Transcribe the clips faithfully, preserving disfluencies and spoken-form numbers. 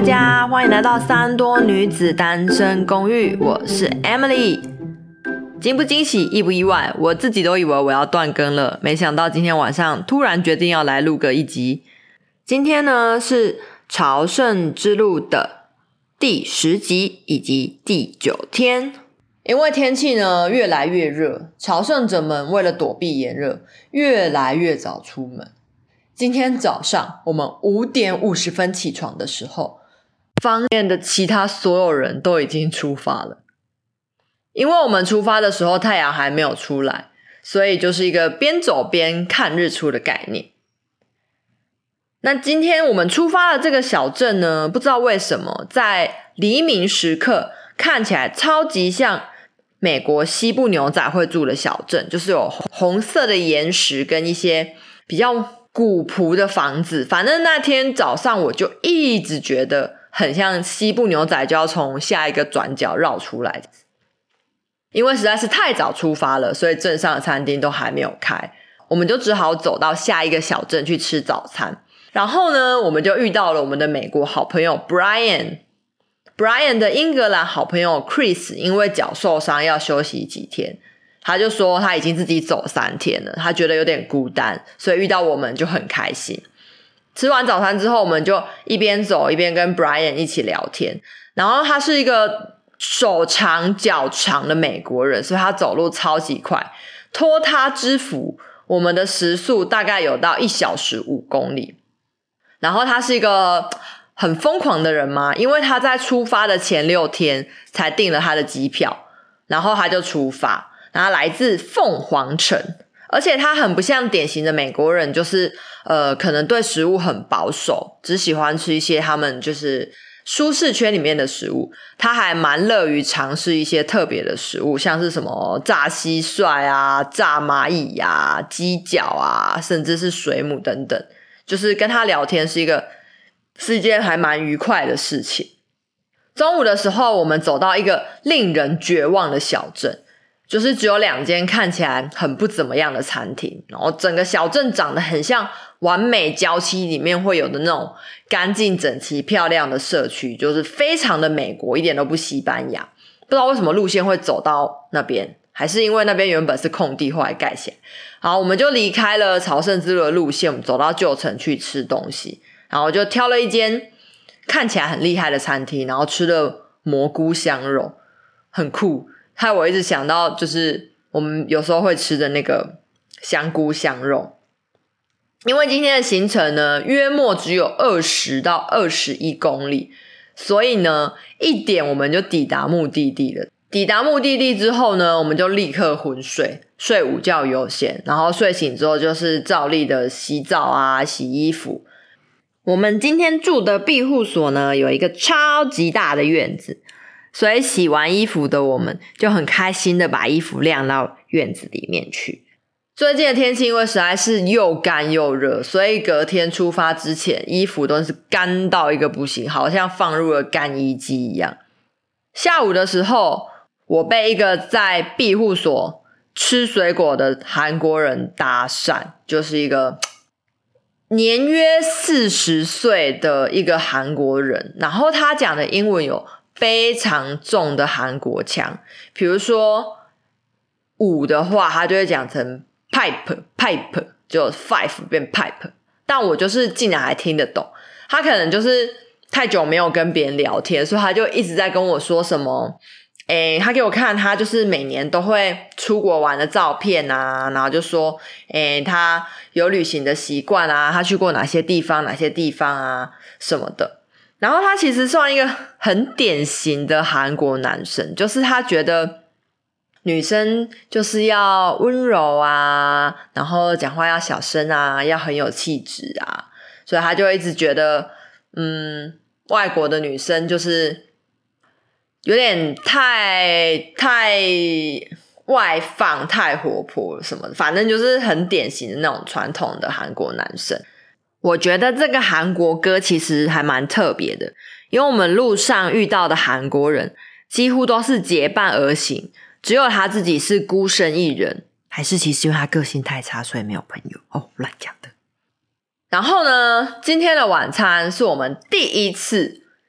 家，欢迎来到三多女子单身公寓，我是 Emily。惊不惊喜，意不意外，我自己都以为我要断更了，没想到今天晚上突然决定要来录个一集。今天呢是朝圣之路的第十集以及第九天。因为天气呢越来越热，朝圣者们为了躲避炎热，越来越早出门。今天早上我们五点五十分起床的时候，房间的其他所有人都已经出发了。因为我们出发的时候太阳还没有出来，所以就是一个边走边看日出的概念。那今天我们出发的这个小镇呢，不知道为什么在黎明时刻看起来超级像美国西部牛仔会住的小镇，就是有红色的岩石跟一些比较古朴的房子。反正那天早上我就一直觉得很像西部牛仔就要从下一个转角绕出来。因为实在是太早出发了，所以镇上的餐厅都还没有开，我们就只好走到下一个小镇去吃早餐。然后呢，我们就遇到了我们的美国好朋友 Brian。 Brian 的英格兰好朋友 Chris 因为脚受伤要休息几天，他就说他已经自己走三天了，他觉得有点孤单，所以遇到我们就很开心。吃完早餐之后，我们就一边走一边跟 Brian 一起聊天。然后他是一个手长脚长的美国人，所以他走路超级快，托他之福，我们的时速大概有到一小时五公里。然后他是一个很疯狂的人嘛，因为他在出发的前六天才订了他的机票，然后他就出发，然后来自凤凰城。而且他很不像典型的美国人，就是呃，可能对食物很保守，只喜欢吃一些他们就是舒适圈里面的食物。他还蛮乐于尝试一些特别的食物，像是什么炸蟋蟀啊、炸蚂蚁啊、鸡脚啊，甚至是水母等等。就是跟他聊天是一个是一件还蛮愉快的事情。中午的时候，我们走到一个令人绝望的小镇，就是只有两间看起来很不怎么样的餐厅，然后整个小镇长得很像完美娇妻里面会有的那种干净整齐漂亮的社区，就是非常的美国，一点都不西班牙。不知道为什么路线会走到那边，还是因为那边原本是空地后来盖起来。好，我们就离开了朝圣之路的路线，我们走到旧城去吃东西，然后就挑了一间看起来很厉害的餐厅，然后吃了蘑菇香肉，很酷。害我一直想到就是我们有时候会吃的那个香菇香肉。因为今天的行程呢约莫只有二十到二十一公里，所以呢一点我们就抵达目的地了。抵达目的地之后呢，我们就立刻昏睡，睡午觉优先，然后睡醒之后就是照例的洗澡啊、洗衣服。我们今天住的庇护所呢有一个超级大的院子，所以洗完衣服的我们就很开心的把衣服晾到院子里面去。最近的天气因为实在是又干又热，所以隔天出发之前衣服都是干到一个不行，好像放入了干衣机一样。下午的时候，我被一个在庇护所吃水果的韩国人搭讪，就是一个年约四十岁的一个韩国人，然后他讲的英文有非常重的韩国腔，比如说五的话他就会讲成 pipe pipe， 就 five 变 pipe， 但我就是竟然还听得懂。他可能就是太久没有跟别人聊天，所以他就一直在跟我说什么诶，他给我看他就是每年都会出国玩的照片啊，然后就说诶他有旅行的习惯啊，他去过哪些地方哪些地方啊什么的。然后他其实算一个很典型的韩国男生，就是他觉得女生就是要温柔啊，然后讲话要小声啊，要很有气质啊，所以他就一直觉得嗯，外国的女生就是有点太太外放太活泼什么的，反正就是很典型的那种传统的韩国男生。我觉得这个韩国歌其实还蛮特别的，因为我们路上遇到的韩国人几乎都是结伴而行，只有他自己是孤身一人，还是其实因为他个性太差所以没有朋友哦，乱讲的。然后呢，今天的晚餐是我们第一次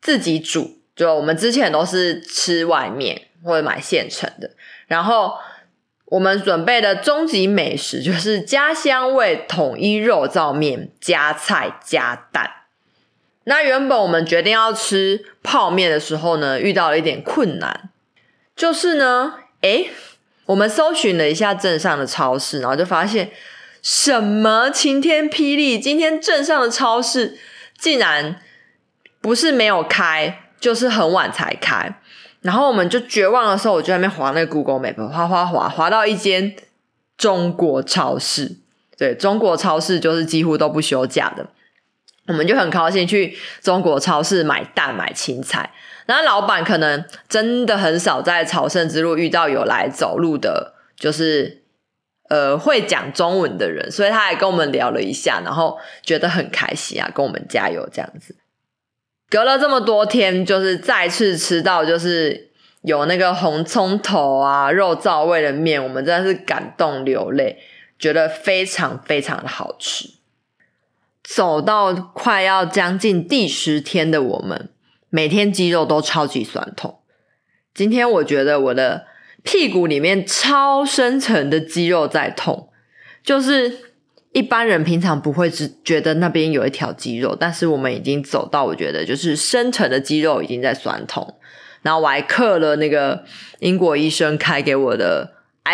自己煮，就我们之前都是吃外面或者买现成的，然后我们准备的终极美食就是家乡味统一肉燥面加菜加蛋。那原本我们决定要吃泡面的时候呢，遇到了一点困难，就是呢诶我们搜寻了一下镇上的超市，然后就发现什么晴天霹雳，今天镇上的超市竟然不是没有开，就是很晚才开。然后我们就绝望的时候，我就在那边滑那个 Google Map， 滑滑滑滑到一间中国超市。对，中国超市就是几乎都不休假的。我们就很高兴去中国超市买蛋买青菜，然后老板可能真的很少在朝圣之路遇到有来走路的就是呃会讲中文的人，所以他还跟我们聊了一下，然后觉得很开心啊，跟我们加油这样子。隔了这么多天，就是再次吃到就是有那个红葱头啊肉燥味的面，我们真的是感动流泪，觉得非常非常的好吃。走到快要将近第十天的我们，每天肌肉都超级酸痛。今天我觉得我的屁股里面超深层的肌肉在痛，就是一般人平常不会只觉得那边有一条肌肉，但是我们已经走到我觉得就是深层的肌肉已经在酸痛。然后我还嗑了那个英国医生开给我的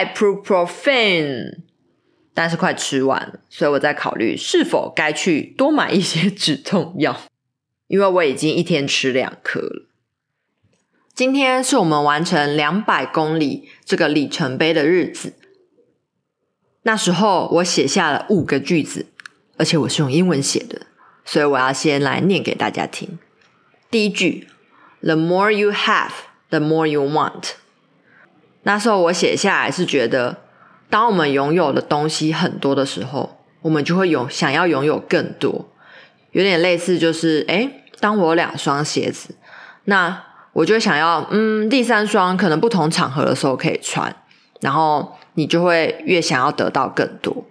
ibuprofen，但是快吃完了，所以我在考虑是否该去多买一些止痛药，因为我已经一天吃两颗了。今天是我们完成两百公里这个里程碑的日子。那时候我写下了五个句子，而且我是用英文写的，所以我要先来念给大家听。第一句 The more you have, the more you want。 那时候我写下来是觉得当我们拥有的东西很多的时候，我们就会有想要拥有更多。有点类似就是诶当我有两双鞋子，那我就会想要嗯第三双可能不同场合的时候可以穿，然后你就会越想要得到更多。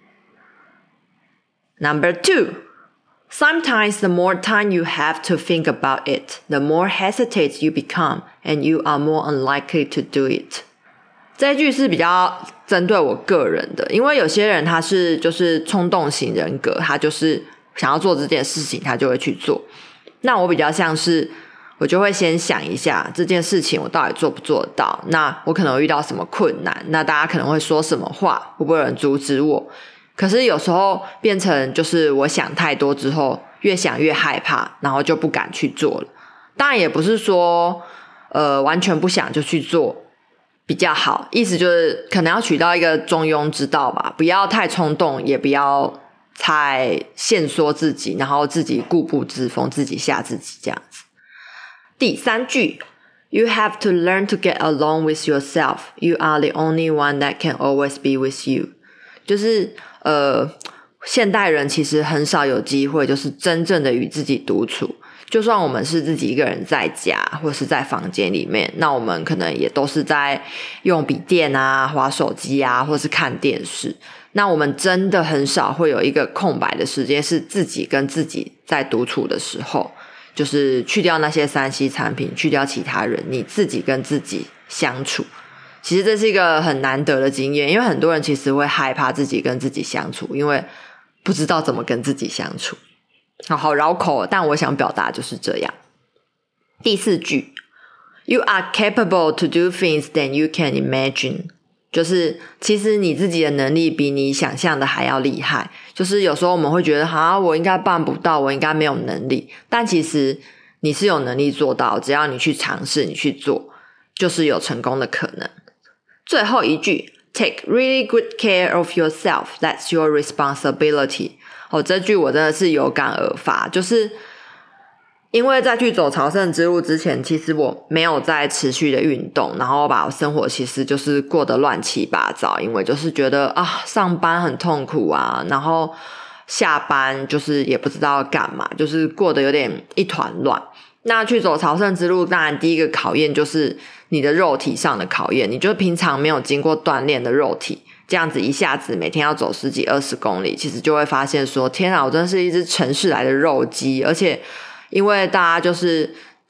Number two, sometimes the more time you have to think about it, the more hesitate you become, and you are more unlikely to do it。 这一句是比较针对我个人的，因为有些人他是就是冲动型人格，他就是想要做这件事情他就会去做。那我比较像是我就会先想一下这件事情我到底做不做得到，那我可能会遇到什么困难，那大家可能会说什么话，会不会有人阻止我。可是有时候变成就是我想太多之后越想越害怕，然后就不敢去做了。当然也不是说呃完全不想就去做比较好，意思就是可能要取到一个中庸之道吧，不要太冲动，也不要太限缩自己，然后自己固步自封，自己吓自己这样子。第三句 You have to learn to get along with yourself. You are the only one that can always be with you. 就是呃，现代人其实很少有机会就是真正的与自己独处。就算我们是自己一个人在家或是在房间里面，那我们可能也都是在用笔电啊滑手机啊或是看电视，那我们真的很少会有一个空白的时间是自己跟自己在独处的时候，就是去掉那些三 C 产品，去掉其他人，你自己跟自己相处。其实这是一个很难得的经验，因为很多人其实会害怕自己跟自己相处，因为不知道怎么跟自己相处。好好绕口，但我想表达就是这样。第四句 You are capable to do things that you can imagine， 就是其实你自己的能力比你想象的还要厉害。就是有时候我们会觉得啊，我应该办不到，我应该没有能力，但其实你是有能力做到，只要你去尝试，你去做，就是有成功的可能。最后一句 Take really good care of yourself, that's your responsibility。 哦，这句我真的是有感而发，就是因为在去走朝圣之路之前，其实我没有在持续的运动，然后把我生活其实就是过得乱七八糟，因为就是觉得啊上班很痛苦啊，然后下班就是也不知道干嘛，就是过得有点一团乱。那去走朝圣之路，当然第一个考验就是你的肉体上的考验，你就平常没有经过锻炼的肉体，这样子一下子每天要走十几二十公里，其实就会发现说天啊，我真的是一只城市来的肉鸡。而且因为大家就是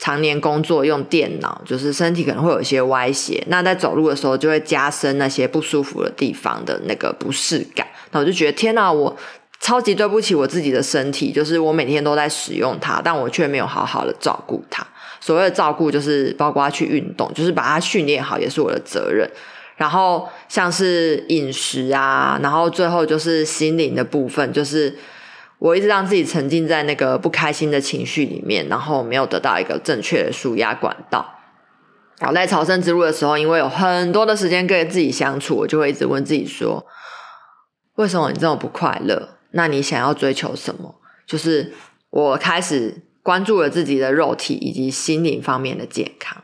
常年工作用电脑，就是身体可能会有一些歪斜，那在走路的时候就会加深那些不舒服的地方的那个不适感。那我就觉得天哪，我超级对不起我自己的身体，就是我每天都在使用它，但我却没有好好的照顾它。所谓的照顾就是包括去运动，就是把它训练好也是我的责任。然后像是饮食啊，然后最后就是心灵的部分，就是我一直让自己沉浸在那个不开心的情绪里面，然后没有得到一个正确的抒压管道。然后在朝圣之路的时候，因为有很多的时间跟自己相处，我就会一直问自己说，为什么你这么不快乐？那你想要追求什么？就是我开始关注了自己的肉体以及心灵方面的健康。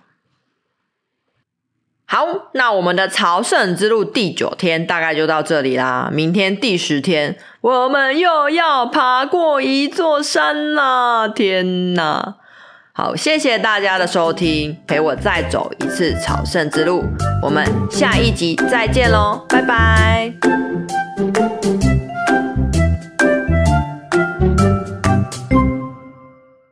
好，那我们的朝圣之路第九天大概就到这里啦。明天第十天，我们又要爬过一座山啦！天哪！好，谢谢大家的收听，陪我再走一次朝圣之路。我们下一集再见咯，拜拜。